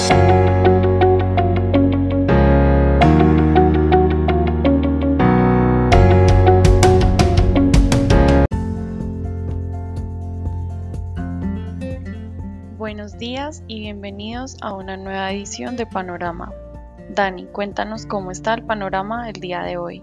Buenos días y bienvenidos a una nueva edición de Panorama. Dani, cuéntanos cómo está el panorama el día de hoy.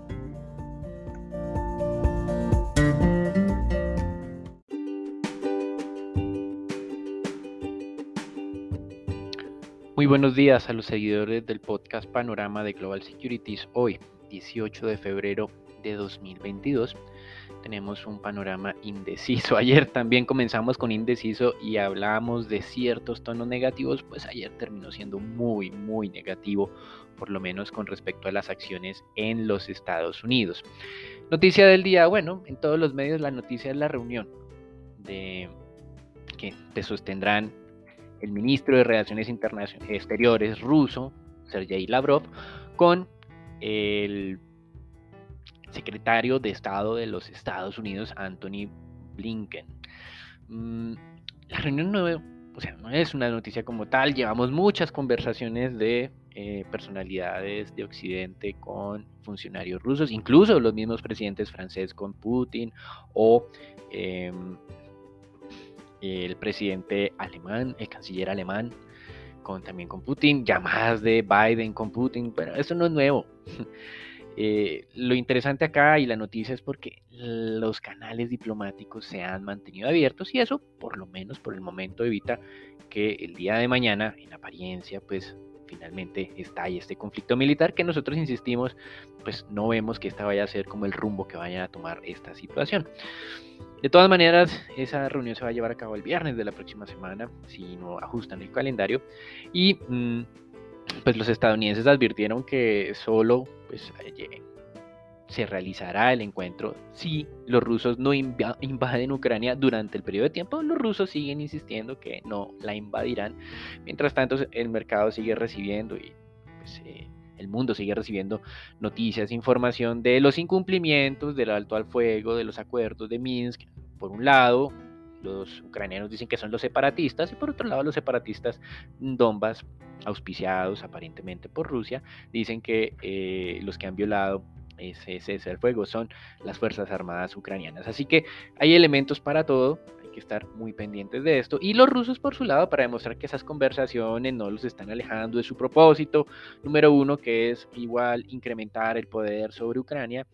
Muy buenos días a los seguidores del podcast Panorama de Global Securities. Hoy, 18 de febrero de 2022, tenemos un panorama indeciso. Ayer también comenzamos con indeciso y hablábamos de ciertos tonos negativos, pues ayer terminó siendo muy negativo, por lo menos con respecto a las acciones en los Estados Unidos. Noticia del día, bueno, en todos los medios la noticia es la reunión que sostendrán el ministro de Relaciones Exteriores ruso, Sergei Lavrov, con el secretario de Estado de los Estados Unidos, Antony Blinken. La reunión no es una noticia como tal, llevamos muchas conversaciones de personalidades de Occidente con funcionarios rusos, incluso los mismos presidentes franceses con Putin o el presidente alemán, el canciller alemán, también con Putin, llamadas de Biden con Putin, pero eso no es nuevo. Lo interesante acá y la noticia es porque los canales diplomáticos se han mantenido abiertos y eso, por lo menos por el momento, evita que el día de mañana, en apariencia, pues finalmente estalle este conflicto militar que nosotros insistimos, pues no vemos que esta vaya a ser como el rumbo que vaya a tomar esta situación. De todas maneras, esa reunión se va a llevar a cabo el viernes de la próxima semana, si no ajustan el calendario, y pues los estadounidenses advirtieron que solo se realizará el encuentro si los rusos no invaden Ucrania durante el periodo de tiempo. Los rusos siguen insistiendo que no la invadirán. Mientras tanto, el mercado sigue recibiendo y el mundo sigue recibiendo noticias, información de los incumplimientos del alto al fuego, de los acuerdos de Minsk. Por un lado, los ucranianos dicen que son los separatistas y por otro lado los separatistas Donbas, auspiciados aparentemente por Rusia, dicen que los que han violado ese cese al fuego son las Fuerzas Armadas ucranianas. Así que hay elementos para todo, hay que estar muy pendientes de esto. Y los rusos por su lado, para demostrar que esas conversaciones no los están alejando de su propósito, número uno, que es igual incrementar el poder sobre Ucrania,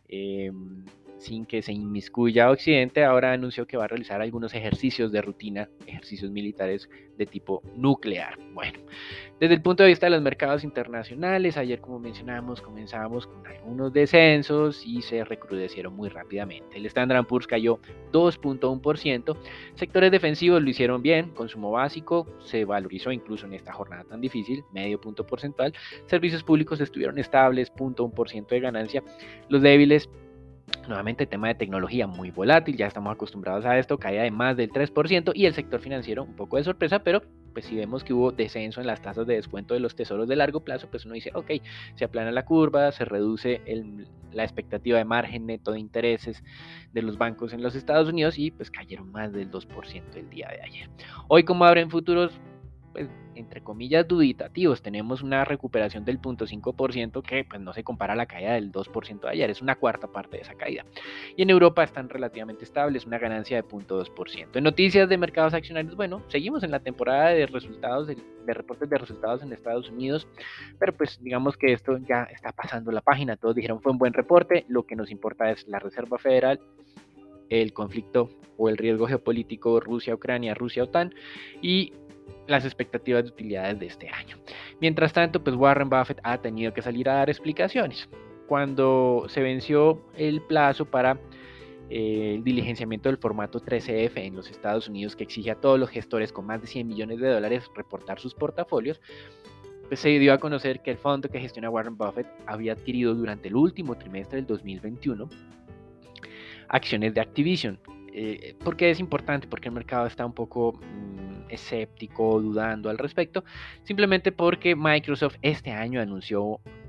sin que se inmiscuya Occidente, ahora anunció que va a realizar algunos ejercicios de rutina, ejercicios militares de tipo nuclear. Bueno, desde el punto de vista de los mercados internacionales, ayer como mencionamos, comenzamos con algunos descensos y se recrudecieron muy rápidamente. El Standard & Poor's cayó 2.1%, sectores defensivos lo hicieron bien, consumo básico se valorizó incluso en esta jornada tan difícil, medio punto porcentual, servicios públicos estuvieron estables, 0.1% de ganancia, los débiles, nuevamente tema de tecnología muy volátil, ya estamos acostumbrados a esto, caída de más del 3% y el sector financiero un poco de sorpresa, pero pues si vemos que hubo descenso en las tasas de descuento de los tesoros de largo plazo, pues uno dice, ok, se aplana la curva, se reduce la expectativa de margen neto de intereses de los bancos en los Estados Unidos y pues cayeron más del 2% el día de ayer. Hoy como abren futuros, pues, entre comillas duditativos, tenemos una recuperación del 0.5% que pues no se compara a la caída del 2% de ayer, es una cuarta parte de esa caída. Y en Europa están relativamente estables, una ganancia de 0.2%. En noticias de mercados accionarios, bueno, seguimos en la temporada de resultados, de reportes de resultados en Estados Unidos, pero pues digamos que esto ya está pasando la página, todos dijeron fue un buen reporte, lo que nos importa es la Reserva Federal, el conflicto o el riesgo geopolítico Rusia-Ucrania, Rusia-OTAN y las expectativas de utilidades de este año. Mientras tanto, pues Warren Buffett ha tenido que salir a dar explicaciones. Cuando se venció el plazo para el diligenciamiento del formato 13F en los Estados Unidos, que exige a todos los gestores con más de $100 millones reportar sus portafolios, pues se dio a conocer que el fondo que gestiona Warren Buffett había adquirido durante el último trimestre del 2021 acciones de Activision. ¿Por qué es importante? Porque el mercado está un poco escéptico, dudando al respecto, simplemente porque Microsoft este año anunció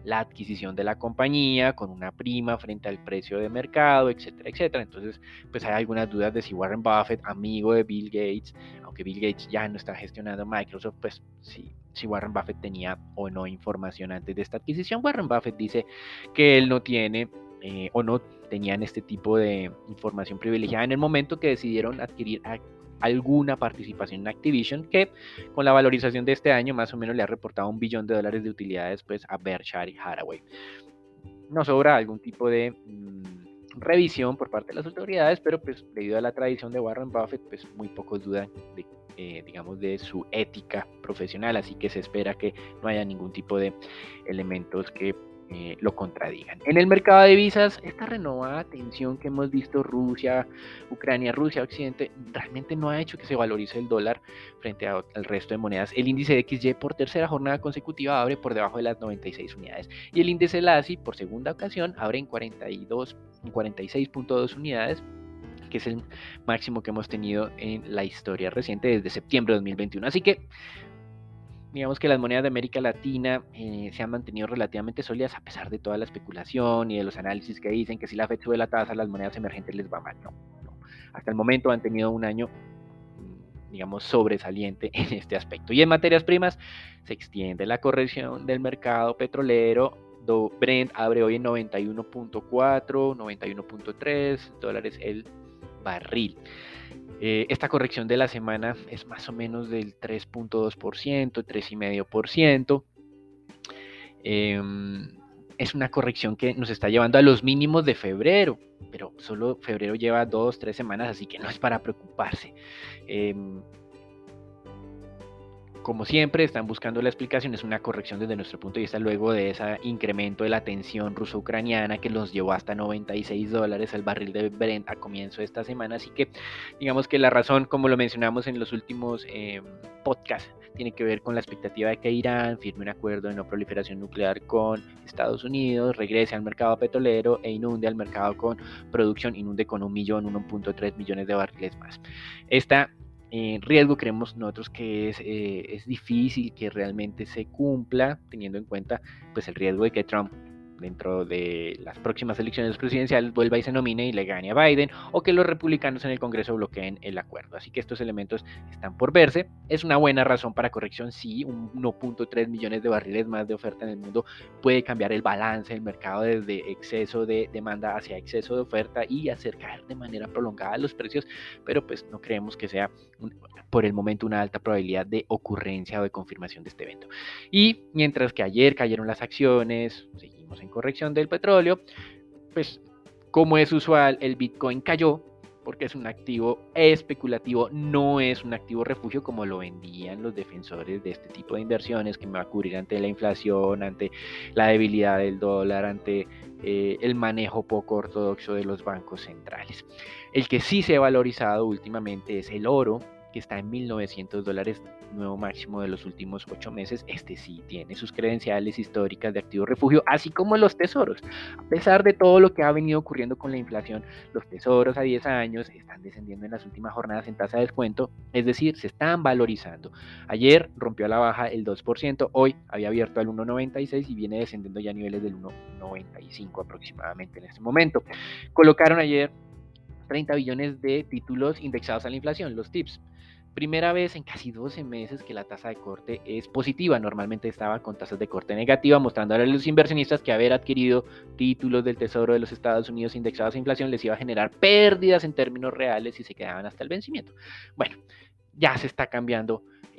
la adquisición de la compañía con una prima frente al precio de mercado, etcétera, etcétera. Entonces, pues hay algunas dudas de si Warren Buffett, amigo de Bill Gates, aunque Bill Gates ya no está gestionando Microsoft, pues si Warren Buffett tenía o no información antes de esta adquisición. Warren Buffett dice que él no tiene o no tenían este tipo de información privilegiada en el momento que decidieron adquirir alguna participación en Activision, que con la valorización de este año más o menos le ha reportado $1 billón de utilidades pues a Berkshire Hathaway. Nos sobra algún tipo de revisión por parte de las autoridades, pero pues debido a la tradición de Warren Buffett, pues muy pocos dudan de, digamos, de su ética profesional, así que se espera que no haya ningún tipo de elementos que lo contradigan. En el mercado de divisas, esta renovada tensión que hemos visto Rusia, Ucrania, Rusia, Occidente, realmente no ha hecho que se valorice el dólar frente al resto de monedas. El índice de XY por tercera jornada consecutiva abre por debajo de las 96 unidades y el índice LASI por segunda ocasión abre en 46.2 unidades, que es el máximo que hemos tenido en la historia reciente desde septiembre de 2021. Así que digamos que las monedas de América Latina se han mantenido relativamente sólidas a pesar de toda la especulación y de los análisis que dicen que si la Fed sube la tasa, las monedas emergentes les va mal. No. Hasta el momento han tenido un año, digamos, sobresaliente en este aspecto. Y en materias primas se extiende la corrección del mercado petrolero. Brent abre hoy en 91.4, 91.3 dólares el barril. Esta corrección de la semana es más o menos del 3.2%, 3,5%. Es una corrección que nos está llevando a los mínimos de febrero, pero solo febrero lleva 2-3 semanas, así que no es para preocuparse. Como siempre, están buscando la explicación, es una corrección desde nuestro punto de vista luego de ese incremento de la tensión ruso-ucraniana que los llevó hasta 96 dólares el barril de Brent a comienzo de esta semana. Así que digamos que la razón, como lo mencionamos en los últimos podcasts, tiene que ver con la expectativa de que Irán firme un acuerdo de no proliferación nuclear con Estados Unidos, regrese al mercado petrolero e inunde al mercado con producción, inunde con 1.3 millones de barriles más. Esta riesgo creemos nosotros que es difícil que realmente se cumpla, teniendo en cuenta pues el riesgo de que Trump dentro de las próximas elecciones presidenciales vuelva y se nomine y le gane a Biden, o que los republicanos en el Congreso bloqueen el acuerdo. Así que estos elementos están por verse. Es una buena razón para corrección, sí, 1.3 millones de barriles más de oferta en el mundo puede cambiar el balance del mercado desde exceso de demanda hacia exceso de oferta y hacer caer de manera prolongada los precios, pero pues no creemos que sea por el momento una alta probabilidad de ocurrencia o de confirmación de este evento. Y mientras que ayer cayeron las acciones, seguimos en corrección del petróleo, pues como es usual el Bitcoin cayó porque es un activo especulativo, no es un activo refugio como lo vendían los defensores de este tipo de inversiones, que me va a cubrir ante la inflación, ante la debilidad del dólar, ante el manejo poco ortodoxo de los bancos centrales. El que sí se ha valorizado últimamente es el oro, que está en $1.900, nuevo máximo de los últimos 8 meses. Este sí tiene sus credenciales históricas de activo refugio, así como los tesoros. A pesar de todo lo que ha venido ocurriendo con la inflación, los tesoros a 10 años están descendiendo en las últimas jornadas en tasa de descuento, es decir, se están valorizando. Ayer rompió a la baja el 2%, hoy había abierto al 1.96 y viene descendiendo ya a niveles del 1.95 aproximadamente en este momento. Colocaron ayer 30 billones de títulos indexados a la inflación, los TIPS. Primera vez en casi 12 meses que la tasa de corte es positiva. Normalmente estaba con tasas de corte negativa, mostrándole a los inversionistas que haber adquirido títulos del Tesoro de los Estados Unidos indexados a inflación les iba a generar pérdidas en términos reales si se quedaban hasta el vencimiento. Bueno, ya se está cambiando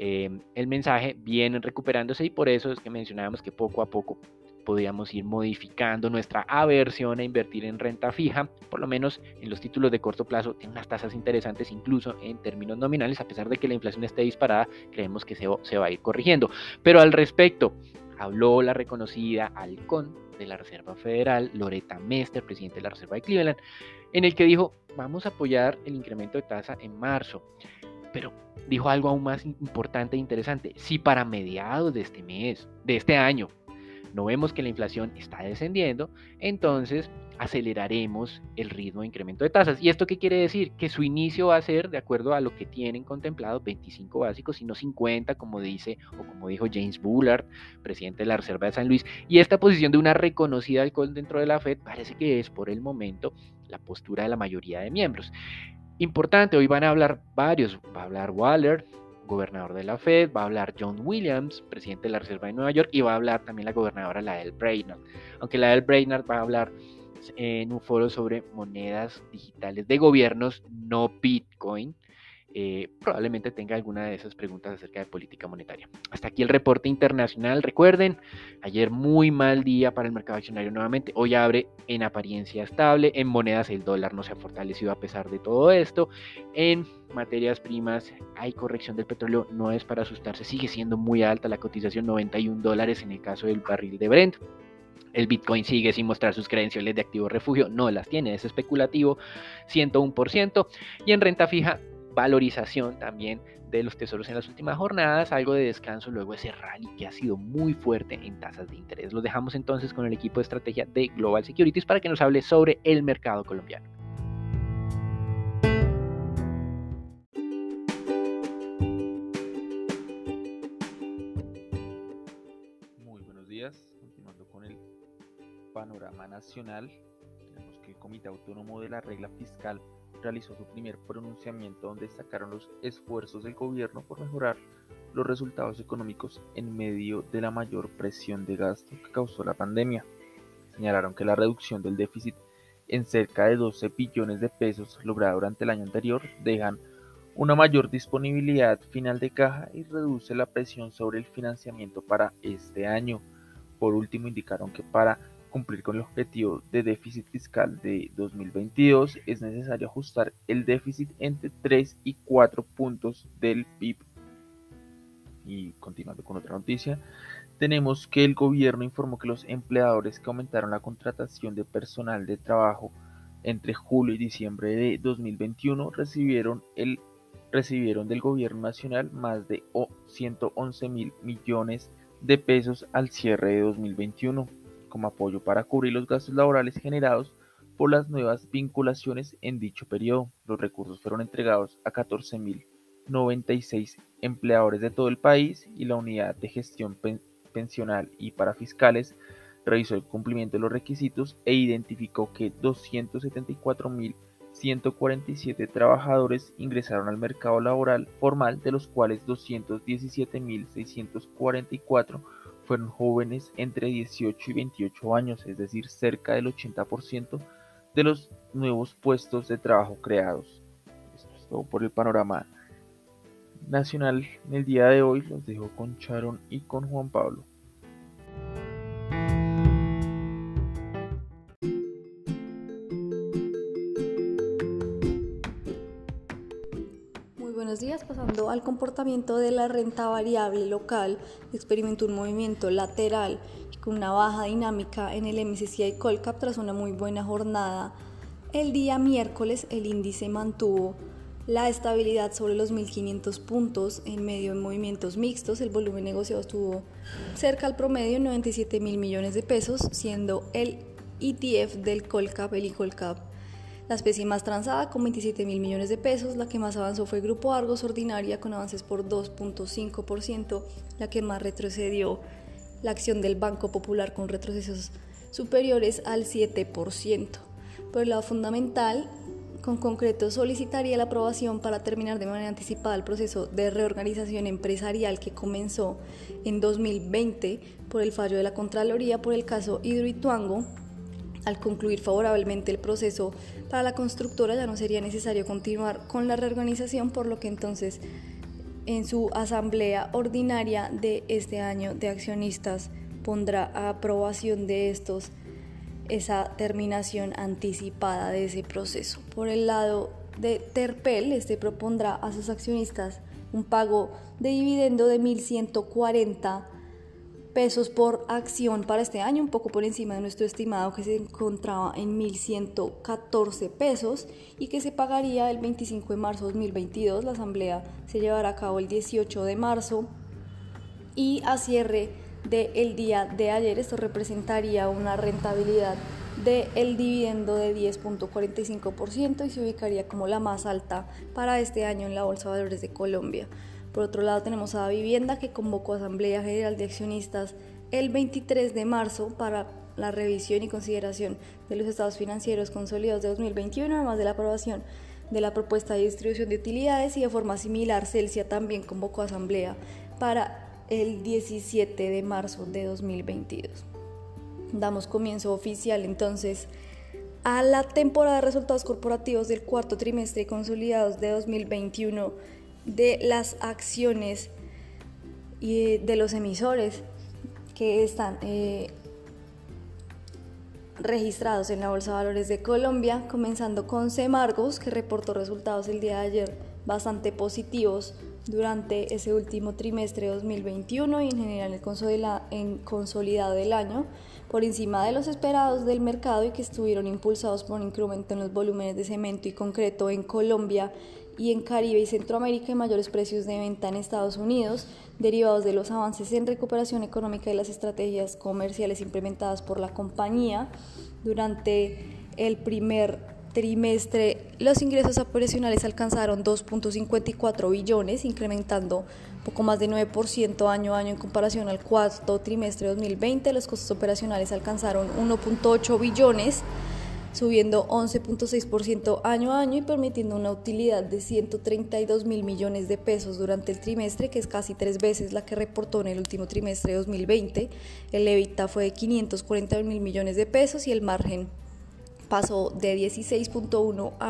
el mensaje, vienen recuperándose y por eso es que mencionábamos que poco a poco podríamos ir modificando nuestra aversión a invertir en renta fija, por lo menos en los títulos de corto plazo, tienen unas tasas interesantes incluso en términos nominales, a pesar de que la inflación esté disparada, creemos que se va a ir corrigiendo. Pero al respecto, habló la reconocida halcón de la Reserva Federal, Loretta Mester, presidente de la Reserva de Cleveland, en el que dijo, vamos a apoyar el incremento de tasa en marzo, pero dijo algo aún más importante e interesante, si para mediados de este mes, de este año, no vemos que la inflación está descendiendo, entonces aceleraremos el ritmo de incremento de tasas. ¿Y esto qué quiere decir? Que su inicio va a ser, de acuerdo a lo que tienen contemplado, 25 básicos y no 50, como dice o como dijo James Bullard, presidente de la Reserva de San Luis. Y esta posición de una reconocida alcohol dentro de la Fed parece que es por el momento la postura de la mayoría de miembros. Importante, hoy van a hablar varios, va a hablar Waller, gobernador de la Fed, va a hablar John Williams, presidente de la Reserva de Nueva York, y va a hablar también la gobernadora Lael Brainard. Aunque Lael Brainard va a hablar en un foro sobre monedas digitales de gobiernos, no Bitcoin. Probablemente tenga alguna de esas preguntas acerca de política monetaria. Hasta aquí el reporte internacional. Recuerden, ayer muy mal día para el mercado accionario nuevamente. Hoy abre en apariencia estable. En monedas el dólar no se ha fortalecido a pesar de todo esto. En materias primas hay corrección del petróleo, no es para asustarse. Sigue siendo muy alta la cotización, $91 en el caso del barril de Brent. El Bitcoin sigue sin mostrar sus credenciales de activo refugio, no las tiene, es especulativo, 101%. Y en renta fija, valorización también de los tesoros en las últimas jornadas, algo de descanso luego ese rally que ha sido muy fuerte en tasas de interés. Los dejamos entonces con el equipo de estrategia de Global Securities para que nos hable sobre el mercado colombiano. Muy buenos días, continuando con el panorama nacional, tenemos que el Comité Autónomo de la Regla Fiscal realizó su primer pronunciamiento donde destacaron los esfuerzos del gobierno por mejorar los resultados económicos en medio de la mayor presión de gasto que causó la pandemia. Señalaron que la reducción del déficit en cerca de 12 billones de pesos lograda durante el año anterior dejan una mayor disponibilidad final de caja y reduce la presión sobre el financiamiento para este año. Por último, indicaron que para cumplir con el objetivo de déficit fiscal de 2022 es necesario ajustar el déficit entre 3 y 4 puntos del PIB. Y continuando con otra noticia, tenemos que el gobierno informó que los empleadores que aumentaron la contratación de personal de trabajo entre julio y diciembre de 2021 recibieron del gobierno nacional más de 111.000 millones de pesos al cierre de 2021, como apoyo para cubrir los gastos laborales generados por las nuevas vinculaciones en dicho periodo. Los recursos fueron entregados a 14.096 empleadores de todo el país y la unidad de gestión pensional y para fiscales revisó el cumplimiento de los requisitos e identificó que 274.147 trabajadores ingresaron al mercado laboral formal, de los cuales 217.644 fueron jóvenes entre 18 y 28 años, es decir, cerca del 80% de los nuevos puestos de trabajo creados. Esto es todo por el panorama nacional en el día de hoy. Los dejo con Sharon y con Juan Pablo. Buenos días, pasando al comportamiento de la renta variable local, experimentó un movimiento lateral con una baja dinámica en el MSCI Colcap tras una muy buena jornada. El día miércoles el índice mantuvo la estabilidad sobre los 1.500 puntos en medio de movimientos mixtos. El volumen negociado estuvo cerca al promedio, 97.000 millones de pesos, siendo el ETF del Colcap, el iColcap, la especie más transada con 27.000 millones de pesos. La que más avanzó fue Grupo Argos Ordinaria con avances por 2.5%, la que más retrocedió la acción del Banco Popular con retrocesos superiores al 7%. Por el lado fundamental, con concreto solicitaría la aprobación para terminar de manera anticipada el proceso de reorganización empresarial que comenzó en 2020 por el fallo de la Contraloría por el caso Hidroituango. Al concluir favorablemente el proceso para la constructora, ya no sería necesario continuar con la reorganización, por lo que entonces en su asamblea ordinaria de este año de accionistas pondrá a aprobación de estos esa terminación anticipada de ese proceso. Por el lado de Terpel, propondrá a sus accionistas un pago de dividendo de 1.140 pesos por acción para este año, un poco por encima de nuestro estimado que se encontraba en 1.114 pesos y que se pagaría el 25 de marzo de 2022. La asamblea se llevará a cabo el 18 de marzo y a cierre del día de ayer. Esto representaría una rentabilidad del dividendo de 10.45% y se ubicaría como la más alta para este año en la Bolsa de Valores de Colombia. Por otro lado, tenemos a Davivienda, que convocó a Asamblea General de Accionistas el 23 de marzo para la revisión y consideración de los estados financieros consolidados de 2021, además de la aprobación de la propuesta de distribución de utilidades, y de forma similar Celsia también convocó a Asamblea para el 17 de marzo de 2022. Damos comienzo oficial entonces a la temporada de resultados corporativos del cuarto trimestre consolidados de 2021 de las acciones y de los emisores que están registrados en la Bolsa de Valores de Colombia, comenzando con Semargos, que reportó resultados el día de ayer bastante positivos durante ese último trimestre de 2021 y en general el consolidado del año, por encima de los esperados del mercado y que estuvieron impulsados por un incremento en los volúmenes de cemento y concreto en Colombia y en Caribe y Centroamérica, y mayores precios de venta en Estados Unidos, derivados de los avances en recuperación económica y las estrategias comerciales implementadas por la compañía. Durante el primer trimestre, los ingresos operacionales alcanzaron 2.54 billones, incrementando poco más de 9% año a año en comparación al cuarto trimestre de 2020. Los costos operacionales alcanzaron 1.8 billones, subiendo 11.6% año a año y permitiendo una utilidad de 132.000 millones de pesos durante el trimestre, que es casi 3 veces la que reportó en el último trimestre de 2020. El EBITDA fue de 541.000 millones de pesos y el margen pasó de 16.1 a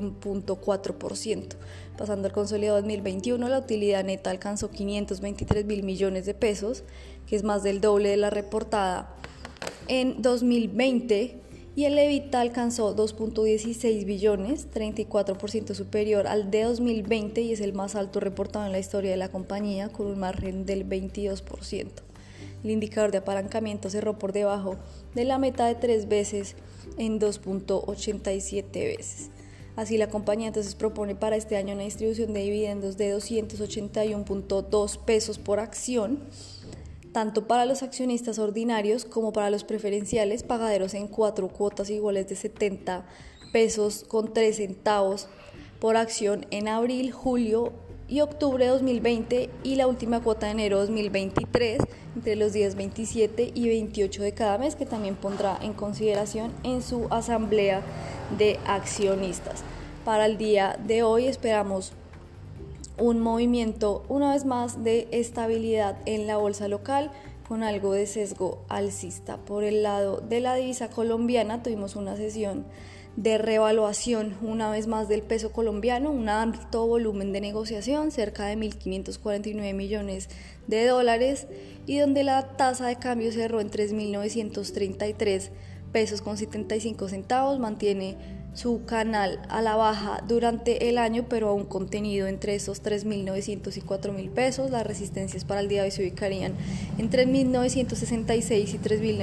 21.4%. Pasando al consolidado 2021, la utilidad neta alcanzó 523.000 millones de pesos, que es más del doble de la reportada en 2020. Y el EBITDA alcanzó 2.16 billones, 34% superior al de 2020 y es el más alto reportado en la historia de la compañía, con un margen del 22%. El indicador de apalancamiento cerró por debajo de la meta de 3 veces en 2.87 veces. Así, la compañía entonces propone para este año una distribución de dividendos de 281.2 pesos por acción, tanto para los accionistas ordinarios como para los preferenciales, pagaderos en 4 cuotas iguales de 70 pesos con 3 centavos por acción en abril, julio y octubre de 2020 y la última cuota de enero de 2023 entre los días 27 y 28 de cada mes, que también pondrá en consideración en su asamblea de accionistas. Para el día de hoy esperamos un movimiento una vez más de estabilidad en la bolsa local, con algo de sesgo alcista. Por el lado de la divisa colombiana tuvimos una sesión de revaluación una vez más del peso colombiano, un alto volumen de negociación, cerca de 1.549 millones de dólares, y donde la tasa de cambio cerró en 3.933 pesos con 75 centavos, mantiene su canal a la baja durante el año, pero aún contenido entre esos 3.900 y 4.000 pesos. Las resistencias para el día de hoy se ubicarían en 3.966 y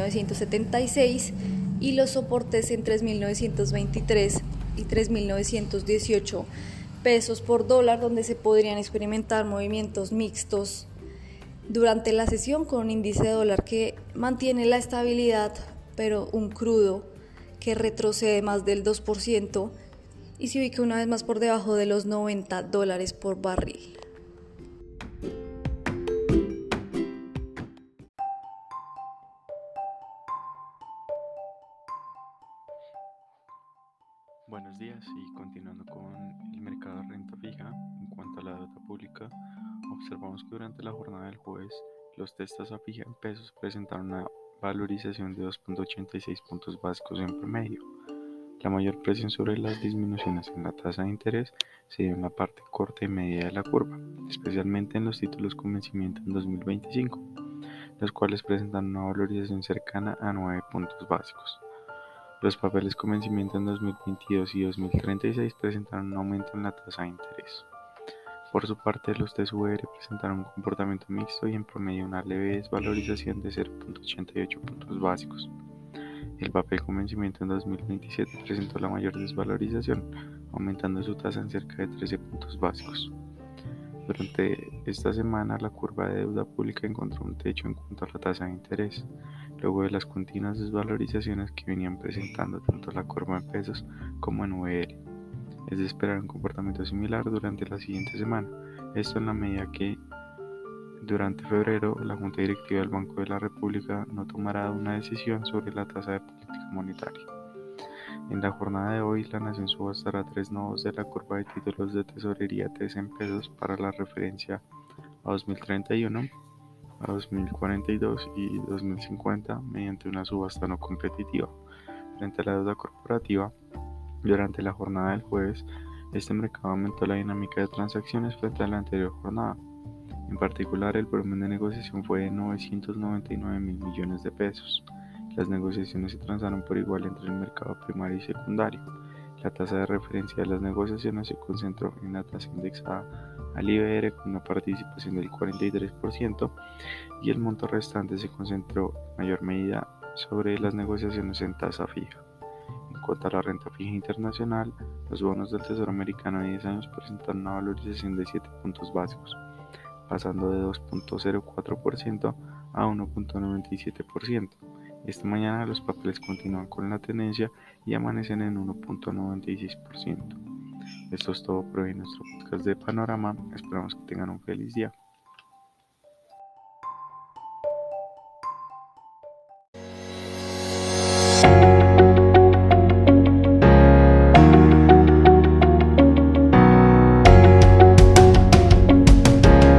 3.976 y los soportes en 3.923 y 3.918 pesos por dólar, donde se podrían experimentar movimientos mixtos durante la sesión, con un índice de dólar que mantiene la estabilidad, pero un crudo que retrocede más del 2% y se ubica una vez más por debajo de los $90 por barril. Buenos días, y continuando con el mercado de renta fija, en cuanto a la deuda pública, observamos que durante la jornada del jueves los testas a fija en pesos presentaron una valorización de 2.86 puntos básicos en promedio. La mayor presión sobre las disminuciones en la tasa de interés se dio en la parte corta y media de la curva, especialmente en los títulos con vencimiento en 2025, los cuales presentan una valorización cercana a 9 puntos básicos. Los papeles con vencimiento en 2022 y 2036 presentaron un aumento en la tasa de interés. Por su parte, los TSUR presentaron un comportamiento mixto y en promedio una leve desvalorización de 0.88 puntos básicos. El papel con vencimiento en 2027 presentó la mayor desvalorización, aumentando su tasa en cerca de 13 puntos básicos. Durante esta semana, la curva de deuda pública encontró un techo en cuanto a la tasa de interés, luego de las continuas desvalorizaciones que venían presentando tanto la curva en pesos como en VL. Es de esperar un comportamiento similar durante la siguiente semana, esto en la medida que durante febrero la Junta Directiva del Banco de la República no tomará una decisión sobre la tasa de política monetaria. En la jornada de hoy, la Nación subastará 3 nodos de la curva de títulos de tesorería TES en pesos para la referencia a 2031, a 2042 y 2050 mediante una subasta no competitiva. Frente a la deuda corporativa, durante la jornada del jueves, este mercado aumentó la dinámica de transacciones frente a la anterior jornada. En particular, el volumen de negociación fue de 999 mil millones de pesos. Las negociaciones se transaron por igual entre el mercado primario y secundario. La tasa de referencia de las negociaciones se concentró en la tasa indexada al IBR con una participación del 43% y el monto restante se concentró en mayor medida sobre las negociaciones en tasa fija. En cuanto a la renta fija internacional, los bonos del Tesoro americano de 10 años presentaron una valorización de 7 puntos básicos, pasando de 2.04% a 1.97%. Esta mañana los papeles continúan con la tendencia y amanecen en 1.96%. Esto es todo por hoy en nuestro podcast de Panorama. Esperamos que tengan un feliz día.